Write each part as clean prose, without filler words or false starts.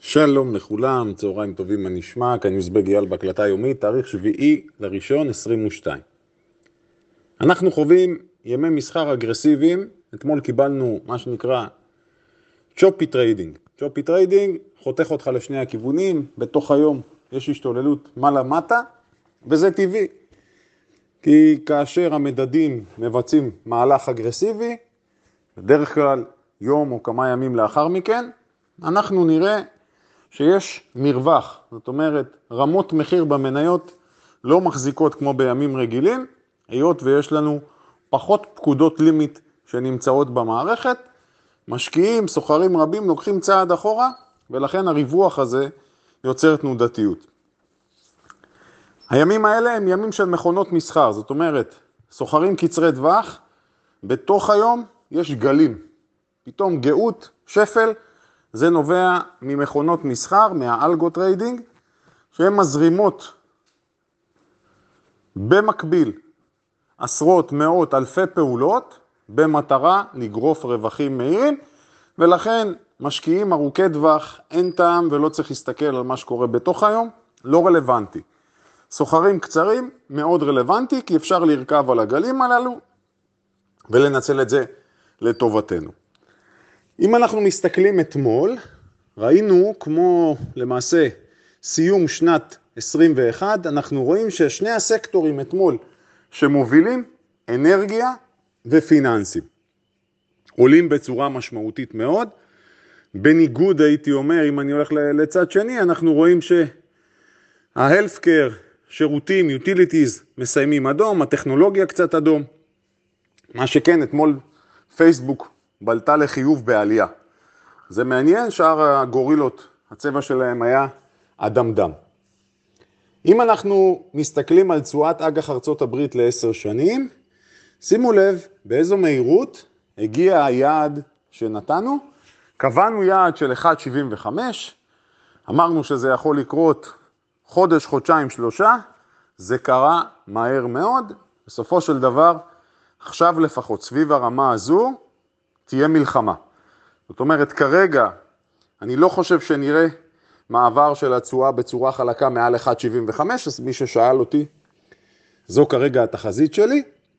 שלום לכולם, צהריים טובים, מה נשמע? כאן יוזבג אייל בהקלטה יומית, תאריך 7/1/22. אנחנו חווים ימי מסחר אגרסיביים. אתמול קיבלנו מה שנקרא צ'ופי טריידינג. צ'ופי טריידינג חותך אותך לשני הכיוונים, בתוך היום יש השתוללות מעלה מטה, וזה טבעי. כי כאשר המדדים מבצעים מהלך אגרסיבי, בדרך כלל יום או כמה ימים לאחר מכן, אנחנו נראה שיש מרווח, זאת אומרת רמות מחיר במניות לא מחזיקות כמו בימים רגילים, היות ויש לנו פחות פקודות לימיט שנמצאות במערכת, משקיעים, סוחרים רבים לוקחים צעד אחורה, ולכן הריווח הזה יוצר תנודתיות. הימים האלה הם ימים של מכונות מסחר, זאת אומרת סוחרים קצרי טווח, בתוך היום יש גלים, פתאום גאות, שפל, זה נובע ממכונות מסחר, מהאלגו טריידינג, שהן מזרימות במקביל עשרות, מאות, אלפי פעולות, במטרה לגרוף רווחים מהירים, ולכן משקיעים ארוכי טווח, אין טעם ולא צריך להסתכל על מה שקורה בתוך היום, לא רלוונטי. סוחרים קצרים מאוד רלוונטי, כי אפשר לרכב על הגלים הללו, ולנצל את זה לטובתנו. אם אנחנו מסתכלים אתמול, ראינו כמו למעשה סיום שנת 21, אנחנו רואים ששני הסקטורים אתמול שמובילים אנרגיה ופיננסים. עולים בצורה משמעותית מאוד, בניגוד הייתי אומר, אם אני הולך לצד שני, אנחנו רואים שה-healthcare, שירותים, utilities מסיימים אדום, הטכנולוגיה קצת אדום, מה שכן אתמול פייסבוק בלטה לחיוב בעלייה. זה מעניין, שאר הגורילות, הצבע שלהם היה אדם דם. אם אנחנו מסתכלים על תשואת אג"ח ארצות הברית ל10 שנים, שימו לב באיזו מהירות הגיע היעד שנתנו. קבענו יעד של 1.75, אמרנו שזה יכול לקרות חודש, חודשיים, 3, זה קרה מהר מאוד. בסופו של דבר, עכשיו לפחות סביב הרמה הזו, תהיה מלחמה. זאת אומרת, כרגע אני לא חושב שנראה מעבר של התשואה בצורה חלקה מעל 1.75, אז מי ששאל אותי, זו כרגע התחזית שלי.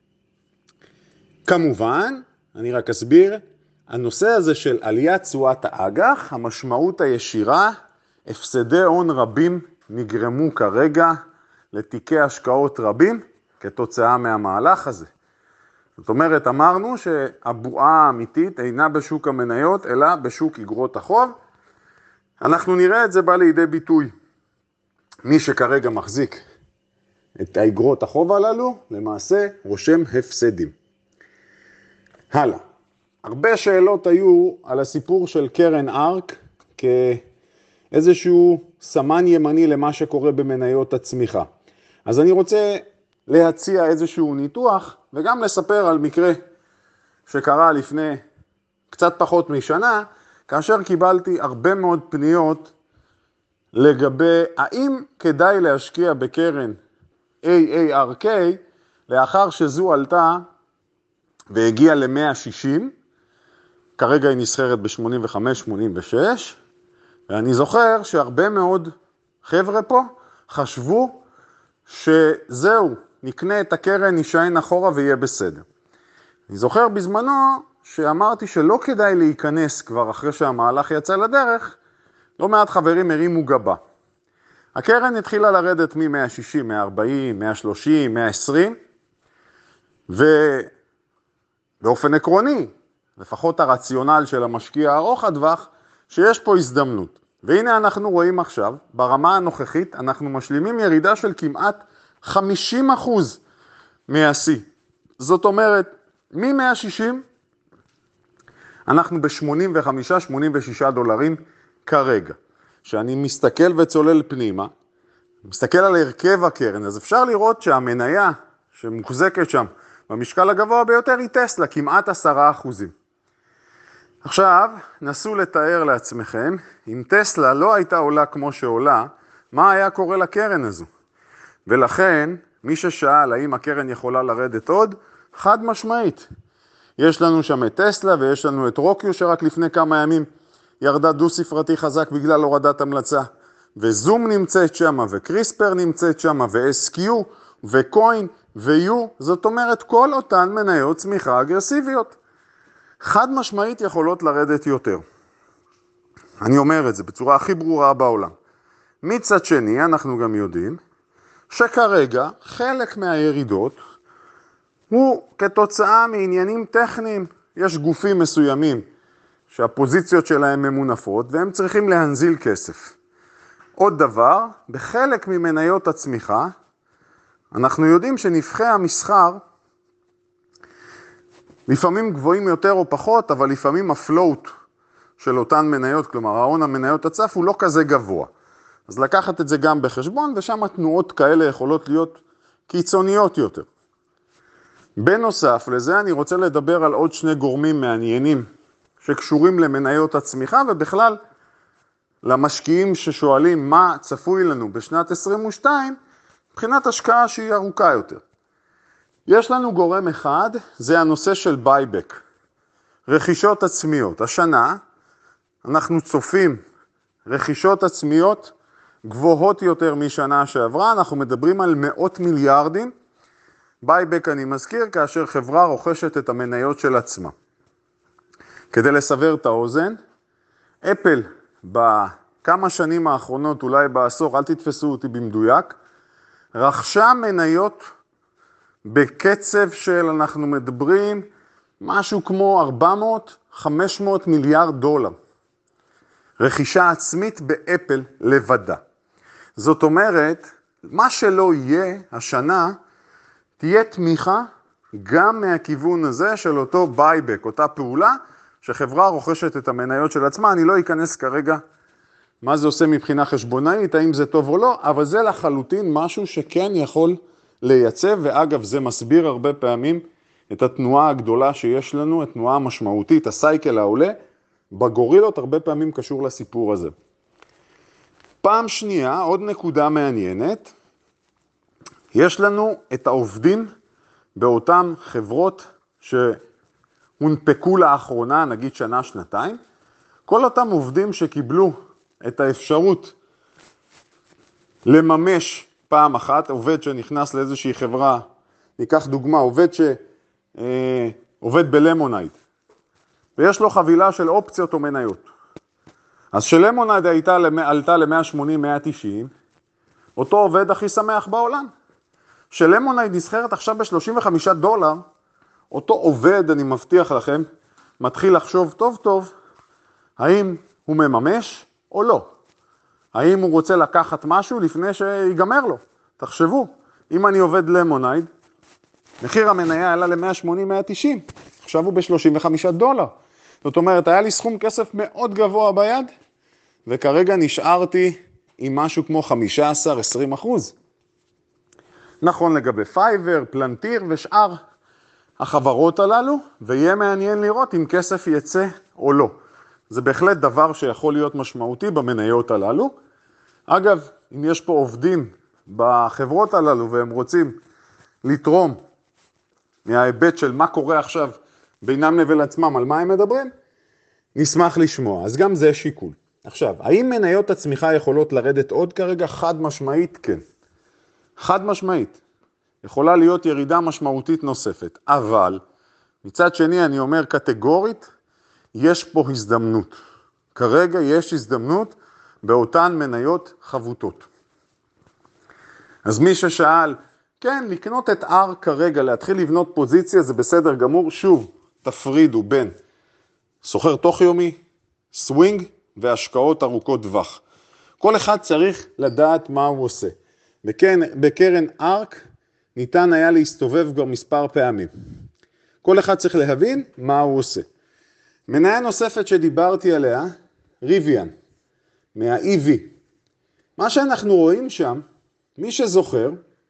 כמובן, אני רק אסביר, הנושא הזה של עליית תשואת האג"ח, המשמעות הישירה, הפסדי הון רבים נגרמו כרגע לתיקי השקעות רבים כתוצאה מהמהלך הזה. זאת אומרת, אמרנו שהבועה האמיתית אינה בשוק המניות, אלא בשוק אגרות החוב. אנחנו נראה את זה בא לידי ביטוי. מי שכרגע מחזיק את האגרות החוב הללו, למעשה רושם הפסדים. הלאה. הרבה שאלות היו על הסיפור של קרן ארק, כאיזשהו סמן ימני למה שקורה במניות הצמיחה. אז אני רוצה להציע איזשהו ניתוח, וגם לספר על מקרה שקרה לפני קצת פחות משנה, כאשר קיבלתי הרבה מאוד פניות לגבי האם כדאי להשקיע בקרן AARK, לאחר שזו עלתה והגיעה ל-160, כרגע היא נסחרת ב-85-86, ואני זוכר שהרבה מאוד חבר'ה פה חשבו שזהו, נקנה את הקרן, נשען אחורה ויהיה בסדר. אני זוכר בזמנו שאמרתי שלא כדאי להיכנס כבר אחרי שהמהלך יצא לדרך, לא מעט חברים הרימו גבה. הקרן התחילה לרדת מ-160, 140, 130, 120, ובאופן עקרוני, לפחות הרציונל של המשקיע ארוך הטווח, שיש פה הזדמנות. והנה אנחנו רואים עכשיו, ברמה הנוכחית, אנחנו משלימים ירידה של כמעט 50% מהשיא. זאת אומרת, מ-160 אנחנו ב-85-86 דולרים כרגע. כשאני מסתכל וצולל פנימה, מסתכל על הרכב הקרן, אז אפשר לראות שהמניה שמוחזקת שם במשקל הגבוה ביותר היא טסלה, כמעט 10%. עכשיו, נסו לתאר לעצמכם, אם טסלה לא הייתה עולה כמו שעולה, מה היה קורה לקרן הזו? ולכן, מי ששאל האם הקרן יכולה לרדת עוד, חד משמעית. יש לנו שם את טסלה ויש לנו את רוקיו שרק לפני כמה ימים ירדה דו ספרתי חזק בגלל הורדת המלצה, וזום נמצאת שם, וקריספר נמצאת שם, ו-SQ, וקוין, ו-U, זאת אומרת כל אותן מניות צמיחה אגרסיביות. חד משמעית יכולות לרדת יותר. אני אומר את זה בצורה הכי ברורה בעולם. מצד שני, אנחנו גם יודעים שכרגע חלק מהירידות הוא כתוצאה מעניינים טכניים. יש גופים מסוימים שהפוזיציות שלהם ממונפות והם צריכים להנזיל כסף. עוד דבר, בחלק ממניות הצמיחה, אנחנו יודעים שנפחי המסחר לפעמים גבוהים יותר או פחות, אבל לפעמים הפלוט של אותן מניות, כלומר ההון המניות הצף הוא לא כזה גבוה. אז לקחת את זה גם בחשבון, ושם התנועות כאלה יכולות להיות קיצוניות יותר. בנוסף לזה אני רוצה לדבר על עוד שני גורמים מעניינים שקשורים למניות הצמיחה, ובכלל למשקיעים ששואלים מה צפוי לנו בשנת 22, מבחינת השקעה שהיא ארוכה יותר. יש לנו גורם אחד, זה הנושא של בייבק, רכישות עצמיות. השנה אנחנו צופים רכישות עצמיות גבוהות יותר משנה שעברה, אנחנו מדברים על מאות מיליארדים. בייבק אני מזכיר כאשר חברה רוכשת את המניות של עצמה. כדי לסבר את האוזן, אפל בכמה שנים האחרונות, אולי בעשור, אל תתפסו אותי במדויק, רכשה מניות בקצב של, אנחנו מדברים, משהו כמו 400-500 מיליארד דולר. רכישה עצמית באפל לבדה. זאת אומרת, מה שלא יהיה השנה, תהיה תמיכה גם מהכיוון הזה של אותו בייבק, אותה פעולה שחברה רוכשת את המניות של עצמה. אני לא אכנס כרגע מה זה עושה מבחינה חשבונאית, האם זה טוב או לא, אבל זה לחלוטין משהו שכן יכול לייצב, ואגב זה מסביר הרבה פעמים את התנועה הגדולה שיש לנו, התנועה המשמעותית, הסייקל העולה, בגורילות הרבה פעמים קשור לסיפור הזה. פעם שנייה, עוד נקודה מעניינת, יש לנו את העובדים באותן חברות שהונפקו לאחרונה, נגיד שנה, שנתיים, כל אותם עובדים שקיבלו את האפשרות לממש פעם אחת, עובד שנכנס לאיזושהי חברה, ניקח דוגמה, עובד שעובד בלמונייד, ויש לו חבילה של אופציות או מניות. אז שלמונייד עלתה ל-180-190, אותו עובד הכי שמח בעולם. שלמונייד נסחרת עכשיו ב$35, אותו עובד, אני מבטיח לכם, מתחיל לחשוב טוב טוב, האם הוא מממש או לא. האם הוא רוצה לקחת משהו לפני שיגמר לו. תחשבו, אם אני עובד למונייד, מחיר המניה עלה ל-180-190, עכשיו הוא ב$35. זאת אומרת, היה לי סכום כסף מאוד גבוה ביד, וכרגע נשארתי עם משהו כמו 15-20%. נכון לגבי פייבר, פלנטיר ושאר החברות הללו, ויהיה מעניין לראות אם כסף יצא או לא. זה בהחלט דבר שיכול להיות משמעותי במניות הללו. אגב, אם יש פה עובדים בחברות הללו והם רוצים לתרום מההיבט של מה קורה עכשיו בינם לבין עצמם, על מה הם מדברים, נשמח לשמוע. אז גם זה שיקול. עכשיו, האם מניות הצמיחה יכולות לרדת עוד כרגע? חד משמעית כן. חד משמעית. יכולה להיות ירידה משמעותית נוספת. אבל מצד שני אני אומר קטגורית, יש פה הזדמנות. כרגע יש הזדמנות באותן מניות חבוטות. אז מי ששאל, כן, לקנות את R כרגע, להתחיל לבנות פוזיציה, זה בסדר גמור. שוב, תפרידו בין סוחר תוך יומי, סווינג והשקעות ארוכות טווח. כל אחד צריך לדעת מה הוא עושה. בקרן ארק ניתן היה להסתובב כבר מספר פעמים. כל אחד צריך להבין מה הוא עושה. מניה נוספת שדיברתי עליה, ריוויאן, מה-EV. מה שאנחנו רואים שם, מי שזוכר,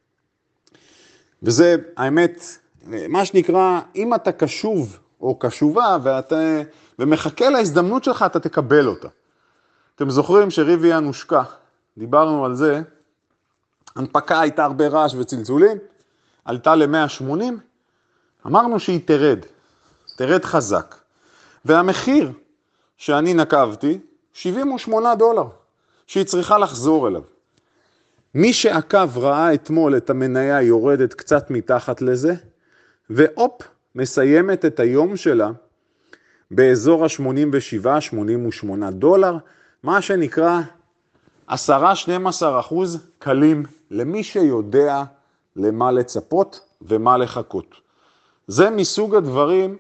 וזה האמת, מה שנקרא, אם אתה קשוב או קשובה ומחכה להזדמנות שלך, אתה תקבל אותה. אתם זוכרים שריוויאן הושקע, דיברנו על זה, הנפקה הייתה הרבה רעש וצלצולים, עלתה ל-180, אמרנו שהיא תרד חזק. והמחיר שאני נקבתי, $78 שהיא צריכה לחזור אליו. מי שעקב ראה אתמול את המניה יורדת קצת מתחת לזה, ואופ, מסיימת את היום שלה באזור $87-88, מה שנקרא 10-12% קלים למי שיודע למה לצפות ומה לחכות. זה מסוג הדברים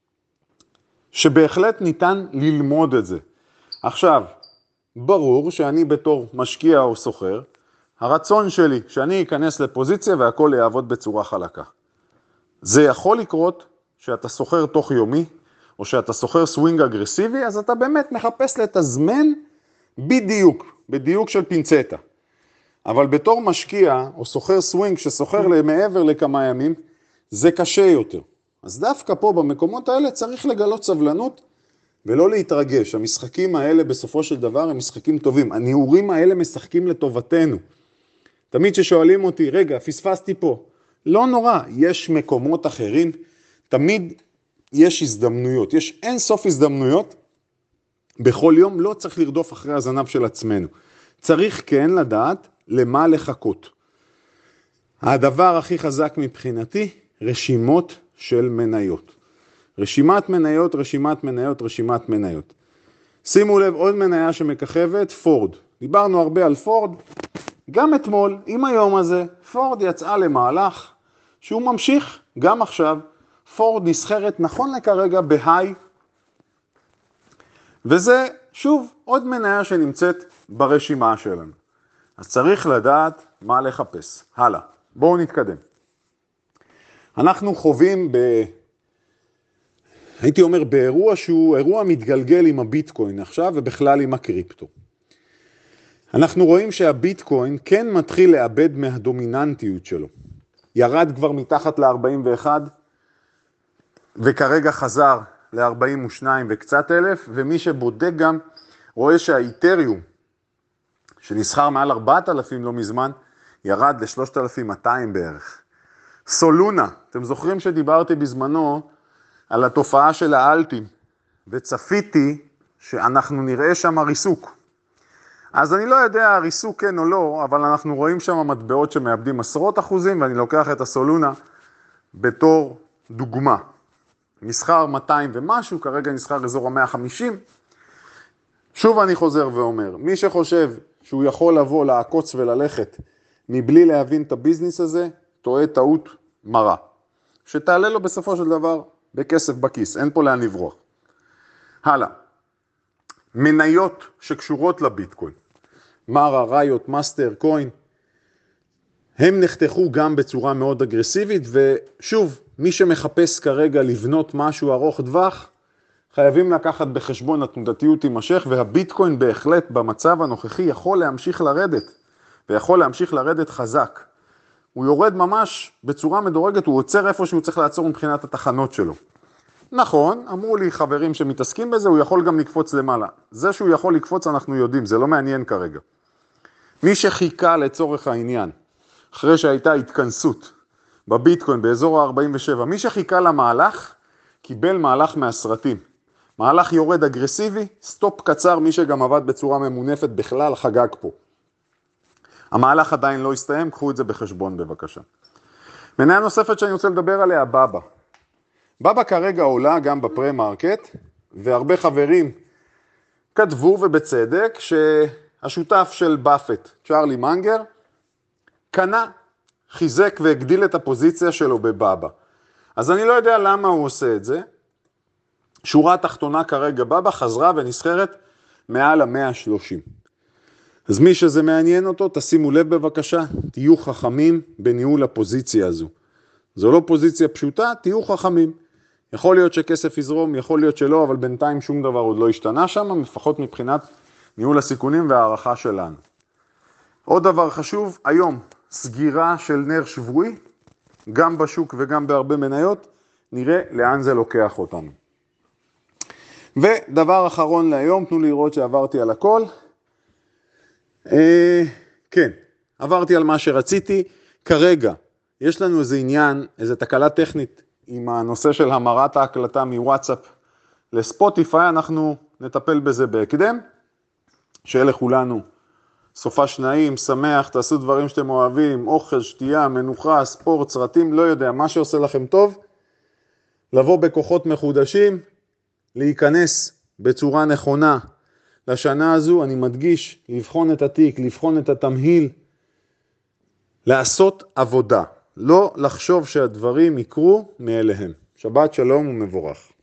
שבהחלט ניתן ללמוד את זה. עכשיו, ברור שאני בתור משקיע או סוחר, הרצון שלי שאני אכנס לפוזיציה והכל יעבוד בצורה חלקה. זה יכול לקרות שאתה סוחר תוך יומי, או שאתה סוחר סווינג אגרסיבי, אז אתה באמת מחפש לתזמן בדיוק של פינצטה. אבל בתור משקיע או סוחר סווינג שסוחר מעבר לכמה ימים, זה קשה יותר. אז דווקא פה במקומות האלה צריך לגלות סבלנות ולא להתרגש. המשחקים האלה בסופו של דבר הם משחקים טובים. הניעורים האלה משחקים לטובתנו. תמיד ששואלים אותי, רגע, פספסתי פה. לא נורא, יש מקומות אחרים, תמיד יש הזדמנויות, יש אין סוף הזדמנויות. בכל יום לא צריך לרדוף אחרי הזנב של עצמנו. צריך כן לדעת למה לחכות. הדבר הכי חזק מבחינתי, רשימות של מניות. רשימת מניות. שימו לב, עוד מניה שמככבת, פורד. דיברנו הרבה על פורד. גם אתמול, עם היום הזה, פורד יצאה למהלך שהוא ממשיך גם עכשיו. פורד נסחרת נכון לכרגע בהיי. וזה שוב עוד מניה שנמצאת ברשימה שלנו. אז צריך לדעת מה לחפש. הלאה, בואו נתקדם. אנחנו חווים הייתי אומר באירוע שהוא אירוע מתגלגל עם הביטקוין עכשיו ובכלל עם הקריפטו. אנחנו רואים שהביטקוין כן מתחיל לאבד מהדומיננטיות שלו. ירד כבר מתחת ל-41 וכרגע חזר ל-42 וקצת אלף, ומי שבודק גם רואה שהאיתריום שנסחר מעל 4,000 לא מזמן ירד ל-3,200 בערך. סולונה, אתם זוכרים שדיברתי בזמנו על התופעה של האלטים, וצפיתי שאנחנו נראה שם ריסוק. אז אני לא יודע ריסוק כן או לא, אבל אנחנו רואים שם מטבעות שמאבדים עשרות אחוזים, ואני לוקח את הסולונה בתור דוגמה. נסחר 200 ומשהו, כרגע נסחר אזור ה-150. שוב אני חוזר ואומר, מי שחושב שהוא יכול לבוא לעקוץ וללכת מבלי להבין את הביזנס הזה, טועה טעות מרה. שתעלה לו בסופו של דבר בכסף בכיס, אין פה לאן לברוח. הלאה, מניות שקשורות לביטקוין, מרה, ראיות, מאסטר, קוין, הם נחתכו גם בצורה מאוד אגרסיבית, ושוב, מי שמחפש כרגע לבנות משהו ארוך טווח, חייבים לקחת בחשבון התנודתיות תימשך, והביטקוין בהחלט במצב הנוכחי יכול להמשיך לרדת, ויכול להמשיך לרדת חזק. הוא יורד ממש בצורה מדורגת, הוא עוצר איפה שהוא צריך לעצור מבחינת התחנות שלו. נכון, אמרו לי חברים שמתעסקים בזה, הוא יכול גם לקפוץ למעלה. זה שהוא יכול לקפוץ אנחנו יודעים, זה לא מעניין כרגע. מי שחיכה לצורך העניין, אחרי שהייתה התכנסות בביטקוין באזור ה-47, מי שחיכה למהלך, קיבל מהלך מהסרטים. מהלך יורד אגרסיבי, סטופ קצר, מי שגם עבד בצורה ממונפת בכלל חגג פה. המהלך עדיין לא הסתיים, קחו את זה בחשבון בבקשה. מניה נוספת שאני רוצה לדבר עליה, בבא. בבא כרגע עולה גם בפרי-מרקט, והרבה חברים כתבו ובצדק שהשותף של באפט, צ'רלי מנגר, קנה, חיזק והגדיל את הפוזיציה שלו בבבא. אז אני לא יודע למה הוא עושה את זה. שורה התחתונה כרגע בבא חזרה ונסחרת מעל ה-130. אז מי שזה מעניין אותו, תשימו לב בבקשה, תהיו חכמים בניהול הפוזיציה הזו. זו לא פוזיציה פשוטה, תהיו חכמים. יכול להיות שכסף יזרום, יכול להיות שלא, אבל בינתיים שום דבר עוד לא השתנה שם, לפחות מבחינת ניהול הסיכונים והערכה שלנו. עוד דבר חשוב, היום סגירה של נר שבועי, גם בשוק וגם בהרבה מניות, נראה לאן זה לוקח אותנו. ודבר אחרון להיום, תנו לראות שעברתי על הכל. כן, עברתי על מה שרציתי. כרגע יש לנו איזה עניין, איזה תקלה טכנית עם הנושא של המרת ההקלטה מוואטסאפ לספוטיפיי. אנחנו נטפל בזה בהקדם. שיהיה לכולנו סופה שניים, שמח, תעשו דברים שאתם אוהבים, אוכל, שתייה, מנוחה, ספורט, סרטים, לא יודע, מה שעושה לכם טוב, לבוא בכוחות מחודשים, להיכנס בצורה נכונה לשנה הזו, אני מדגיש, לבחון את התיק, לבחון את התמהיל, לעשות עבודה, לא לחשוב שהדברים יקרו מאליהם. שבת שלום ומבורך.